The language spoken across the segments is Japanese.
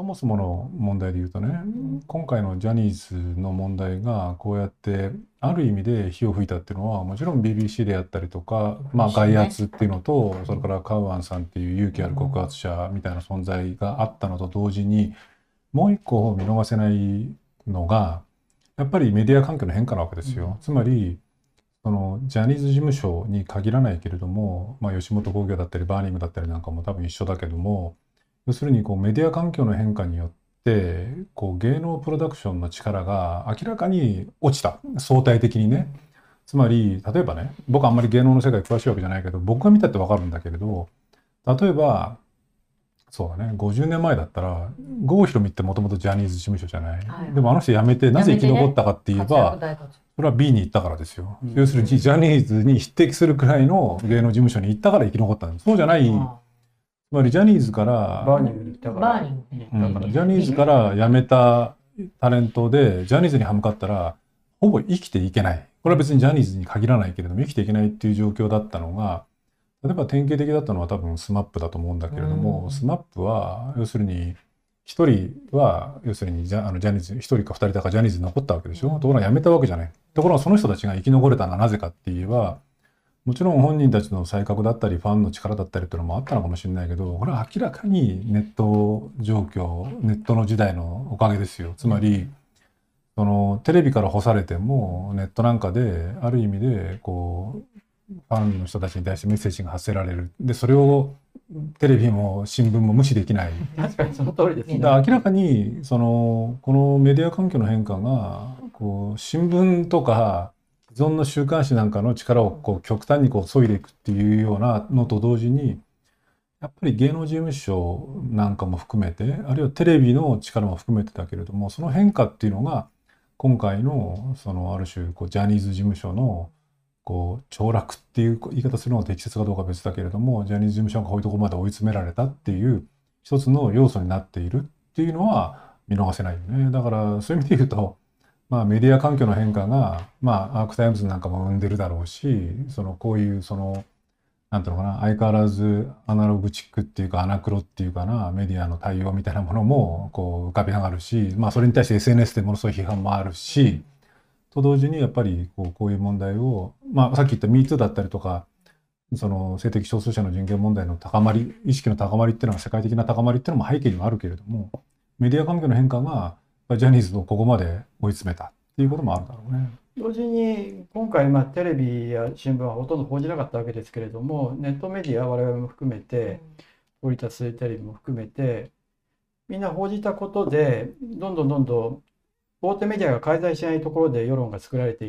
もそもの問題で言うとね、今回のジャニーズの問題がこうやってある意味で火を吹いたっていうのは、もちろん BBC であったりとか、外圧っていうのと、それからカウアンさんっていう勇気ある告発者みたいな存在があったのと同時に、もう一個見逃せないのが、やっぱりメディア環境の変化なわけですよ。つまり、そのジャニーズ事務所に限らないけれども、吉本興業だったりバーニングだったりなんかも多分一緒だけども、要するにこうメディア環境の変化によってこう芸能プロダクションの力が明らかに落ちた、相対的にね。つまり例えばね、僕あんまり芸能の世界詳しいわけじゃないけど、僕が見たってわかるんだけれど、例えばそうだね、50年前だったら郷ひろみってもともとジャニーズ事務所じゃない、でもあの人辞めてなぜ生き残ったかって言えば、それは B に行ったからですよ。要するにジャニーズに匹敵するくらいの芸能事務所に行ったから生き残ったんです。そうじゃない、つまりジャニーズからバーニングに行ったから、 ジャニーズから辞めたタレントでジャニーズに歯向かったらほぼ生きていけない。これは別にジャニーズに限らないけれども生きていけないっていう状況だったのが、例えば典型的だったのは多分スマップだと思うんだけれども、スマップは要するに一人は要するにジャニーズ一人か二人だかジャニーズに残ったわけでしょ。ところが辞めたわけじゃない。ところがその人たちが生き残れたのはなぜかって言えば、もちろん本人たちの才覚だったりファンの力だったりっていうのもあったのかもしれないけど、これは明らかにネット状況、ネットの時代のおかげですよ。つまりそのテレビから干されてもネットなんかである意味でこうファンの人たちに対してメッセージが発せられる。でそれをテレビも新聞も無視できない。 確かにその通りですね。 だから明らかにこのメディア環境の変化がこう新聞とか既存の週刊誌なんかの力をこう極端にこう削いでいくっていうようなのと同時に、やっぱり芸能事務所なんかも含めて、あるいはテレビの力も含めてだけれども、その変化っていうのが今回のそのある種こうジャニーズ事務所のこう凋落っていう言い方するのが適切かどうかは別だけれども、ジャニーズ事務所がこういうところまで追い詰められたっていう一つの要素になっているっていうのは見逃せないよね。だからそういう意味で言うと、メディア環境の変化が、アークタイムズなんかも生んでるだろうし、こういうなんていうのかな、相変わらずアナログチックっていうかアナクロっていうかな、メディアの対応みたいなものもこう浮かび上がるし、それに対して SNS でものすごい批判もあるし、と同時にやっぱりこういう問題を、さっき言った MeToo だったりとか、その性的少数者の人権問題の高まり、意識の高まりっていうのは世界的な高まりっていうのも背景にはあるけれども、メディア環境の変化がジャニーズをここまで追い詰めたっていうこともあるだろうね。 同時に今回、テレビや新聞はほとんど報じなかったわけですけれども、ネットメディア、我々も含めて、森田テレビも含めて、みんな報じたことで、どんどん大手メディアが介在しないところで世論が作られていって、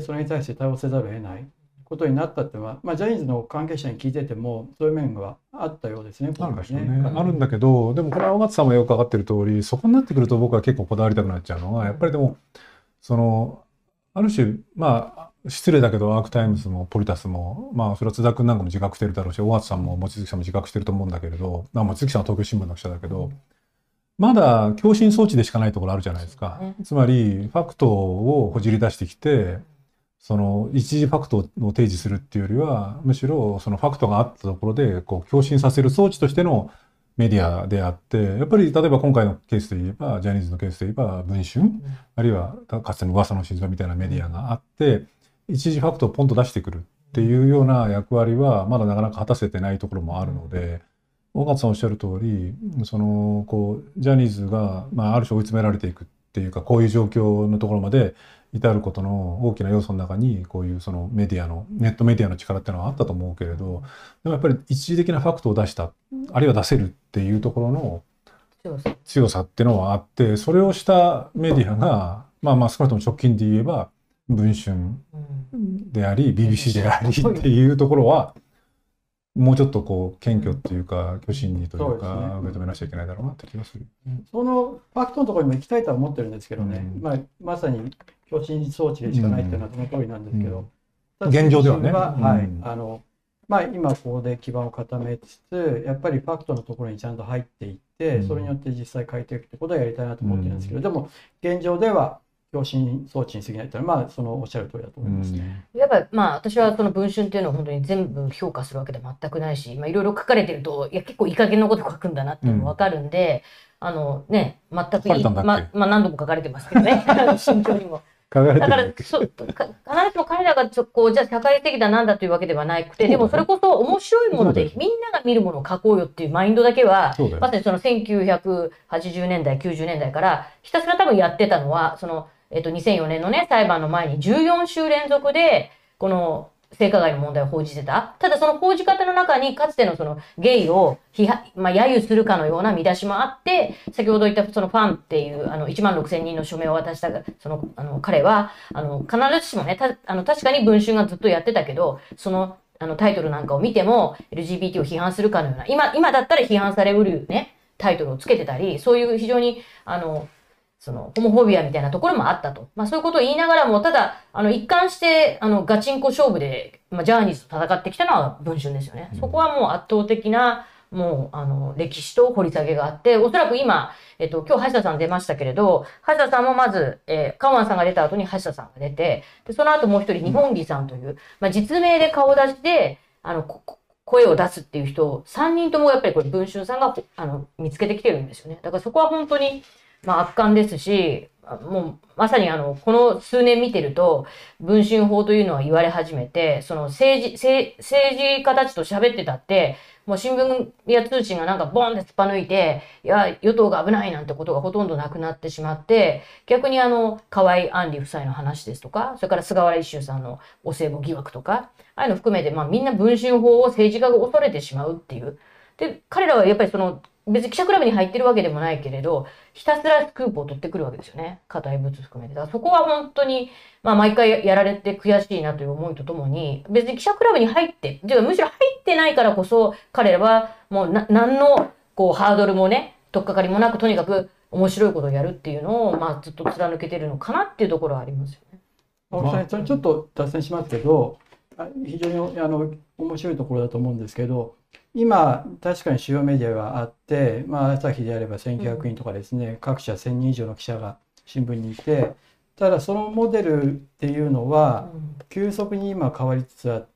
それに対して対応せざるを得ないことになったっていうのは、ジャニーズの関係者に聞いてても、そういう面があったようですね、今回ね。 あるんだけど、でもこれは尾形さんもよく分かってる通り、そこになってくると僕は結構こだわりたくなっちゃうのは、やっぱりでも、ある種、失礼だけど、アークタイムズもポリタスも、それは津田君なんかも自覚してるだろうし、尾形さんも望月さんも自覚してると思うんだけれど、望月さんは東京新聞の記者だけど、まだ共振装置でしかないところあるじゃないですか。つまり、ファクトをほじり出してきて、一時ファクトを提示するっていうよりは、むしろそのファクトがあったところで、こう、共振させる装置としてのメディアであって、やっぱり例えば今回のケースで言えば、ジャニーズのケースで言えば、文春、あるいはかつての噂の真相みたいなメディアがあって、一時ファクトをポンと出してくるっていうような役割は、まだなかなか果たせてないところもあるので、尾形さんおっしゃる通り、ジャニーズが、ある種追い詰められていくっていうか、こういう状況のところまで至ることの大きな要素の中に、こういうそのメディアの、ネットメディアの力っていうのはあったと思うけれど、でもやっぱり一時的なファクトを出した、あるいは出せるっていうところの強さっていうのはあって、それをしたメディアが、少なくとも直近で言えば、文春であり、BBC でありっていうところは、もうちょっとこう謙虚っていうか虚心にというか受け止めなきゃいけないだろうなって気がする。 そのファクトのところにも行きたいとは思ってるんですけどね、まさに共振装置でしかないっていうのはその通りなんですけど、 現状ではね。 今ここで基盤を固めつつ、やっぱりファクトのところにちゃんと入っていって、それによって実際変えていくってことをやりたいなと思ってるんですけど、でも現状では共振装置に過ぎないというのは、まあ、そのおっしゃる通りだと思いますね。 やっぱりまあ私はその文春っていうのを本当に全部評価するわけでは全くないし、まあ、いろいろ書かれてるといや結構いい加減なこと書くんだなっていうのが分かるんで、ね全く書かれたんだっけまあ何度も書かれてますけどね慎重にも。 書かれてだからるんだっけ。 必ずしも彼らがこうじゃあ社会的だなんだというわけではなくて、でもそれこそ面白いものでみんなが見るものを書こうよっていうマインドだけはまさにその1980年代90年代からひたすら多分やってたのはその、2004年のね裁判の前に14週連続でこの性加害の問題を報じてた。ただその報じ方の中にかつてのそのゲイを揶揄するかのような見出しもあって、先ほど言ったそのファンっていう1万6千人の署名を渡したその彼は必ずしもね確かに文春がずっとやってたけど、そのタイトルなんかを見ても LGBT を批判するかのような今だったら批判されうるねタイトルをつけてたり、そういう非常にそのホモフォビアみたいなところもあったと。まあそういうことを言いながらも、ただ、一貫して、ガチンコ勝負で、まあ、ジャーニーズと戦ってきたのは文春ですよね。そこはもう圧倒的な、もう、歴史と掘り下げがあって、おそらく今、今日橋田さん出ましたけれど、橋田さんもまず、カウアンさんが出た後に橋田さんが出て、で、その後もう一人、日本木さんという、まあ実名で顔出して、声を出すっていう人を3人ともやっぱりこれ文春さんが見つけてきてるんですよね。だからそこは本当にまあ圧巻ですし、もうまさにこの数年見てると文春法というのは言われ始めて、その政治家たちと喋ってたってもう新聞や通信がなんかボンって突っぱ抜いて、いや与党が危ないなんてことがほとんどなくなってしまって、逆に河井案里夫妻の話ですとか、それから菅原一秀さんのお歳暮疑惑とか、ああいうの含めて、まあみんな文春法を政治家が恐れてしまうっていう。で、彼らはやっぱりその別に記者クラブに入ってるわけでもないけれど、ひたすらスクープを取ってくるわけですよね。硬い物含めて。だからそこは本当に、まあ毎回やられて悔しいなという思いとともに、別に記者クラブに入って、むしろ入ってないからこそ、彼らはもう何のこうハードルもね、取っかかりもなく、とにかく面白いことをやるっていうのを、まあずっと貫けてるのかなっていうところはありますよね。 青木さん、それちょっと脱線しますけど、非常に面白いところだと思うんですけど、今確かに主要メディアがあって、まあ、朝日であれば1900人とかですね、各社1000人以上の記者が新聞にいて、ただそのモデルっていうのは急速に今変わりつつあって、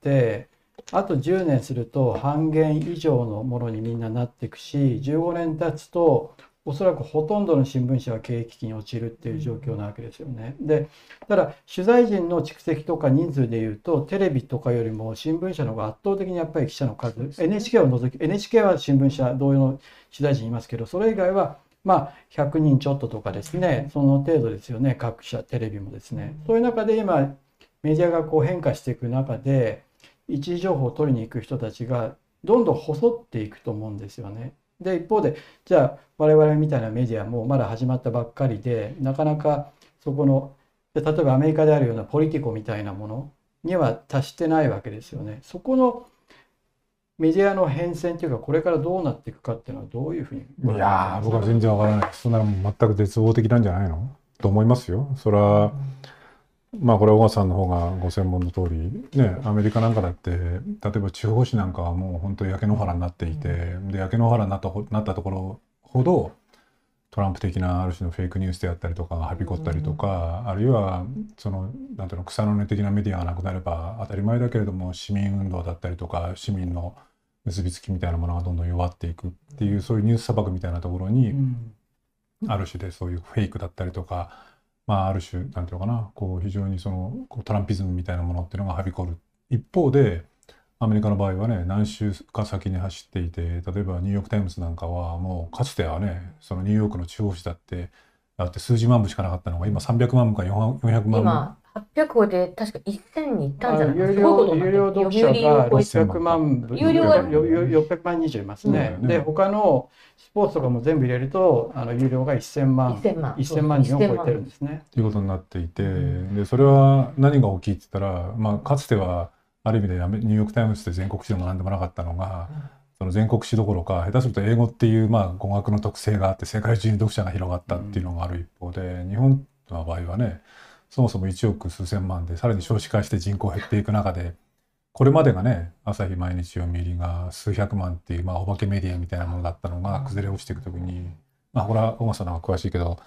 あと10年すると半減以上のものにみんななっていくし、15年経つとおそらくほとんどの新聞社は経営危機に陥るっていう状況なわけですよね。で、ただ取材陣の蓄積とか人数でいうとテレビとかよりも新聞社の方が圧倒的にやっぱり記者の数、NHK を除き、NHK は新聞社同様の取材陣いますけど、それ以外はまあ100人ちょっととかですね、その程度ですよね、各社テレビもですね。そういう中で今メディアがこう変化していく中で一時情報を取りに行く人たちがどんどん細っていくと思うんですよね。で一方でじゃあ我々みたいなメディアもまだ始まったばっかりで、なかなかそこの例えばアメリカであるようなポリティコみたいなものには達してないわけですよね。そこのメディアの変遷というか、これからどうなっていくかっていうのはどういうふうに。 いやー、僕は全然わからない。そんなの全く絶望的なんじゃないのと思いますよ。それはまあこれは小川さんの方がご専門の通りね、アメリカなんかだって例えば地方紙なんかはもう本当に焼け野原になっていて、で焼け野原になったところほどトランプ的なある種のフェイクニュースであったりとかはびこったりとか、あるいはそのなんていうの草の根的なメディアがなくなれば当たり前だけれども市民運動だったりとか市民の結びつきみたいなものがどんどん弱っていくっていう、そういうニュース砂漠みたいなところに、ある種でそういうフェイクだったりとか、まあある種なんていうのかな、こう非常にそのトランピズムみたいなものっていうのがはびこる一方で、アメリカの場合はね何週か先に走っていて、例えばニューヨーク・タイムズなんかはもうかつてはねそのニューヨークの地方紙だって数十万部しかなかったのが今300万部か400万部。 今800をで確か1000に行ったんじゃないかな。 有料読者が600万部、 有料は 600万人以上いますね。で他のスポーツとかも全部入れると有料が1000万人を超えてるんですね。 ということになっていて、でそれは何が大きいって言ったら、まあ、かつてはある意味でニューヨーク・タイムズって全国紙でも何でもなかったのが、その全国紙どころか下手すると英語っていうまあ語学の特性があって世界中に読者が広がったっていうのがある一方で、日本の場合はねそもそも1億数千万でさらに少子化して人口減っていく中で、これまでがね朝日毎日読売が数百万っていう、まあ、お化けメディアみたいなものだったのが崩れ落ちていく時に、まあこれは小笠さんが詳しいけど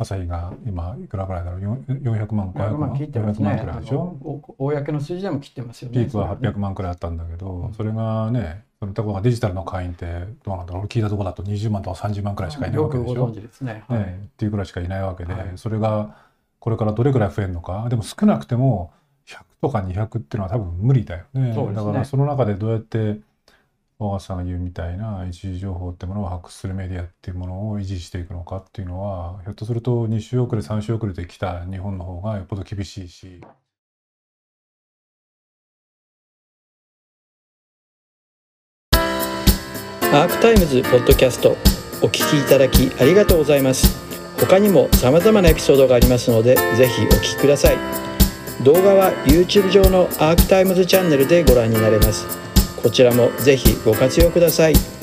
朝日が今いくらぐらいだろう、400万、500万、 切ってますね。 400万くらいでしょ。 公の数字でも切ってますよね。 ピークは800万くらいあったんだけど、それがね、そのところがデジタルの会員ってどうなんだろう、俺聞いたところだと20万とか30万くらいしかいないわけでしょ。 よくご存知ですね。 っていうくらいしかいないわけで、それがこれからどれくらい増えるのか。でも少なくても100とか200っていうのは多分無理だよね。だからその中でどうやって小川さんが言うみたいな一時情報ってものを発掘するメディアっていうものを維持していくのかっていうのは、ひょっとすると2週遅れ3週遅れてきた日本の方がよっぽど厳しいし。 アークタイムズポッドキャストお聞きいただきありがとうございます。他にも様々なエピソードがありますので、ぜひお聞きください。動画は YouTube 上のアークタイムズチャンネルでご覧になれます。こちらもぜひご活用ください。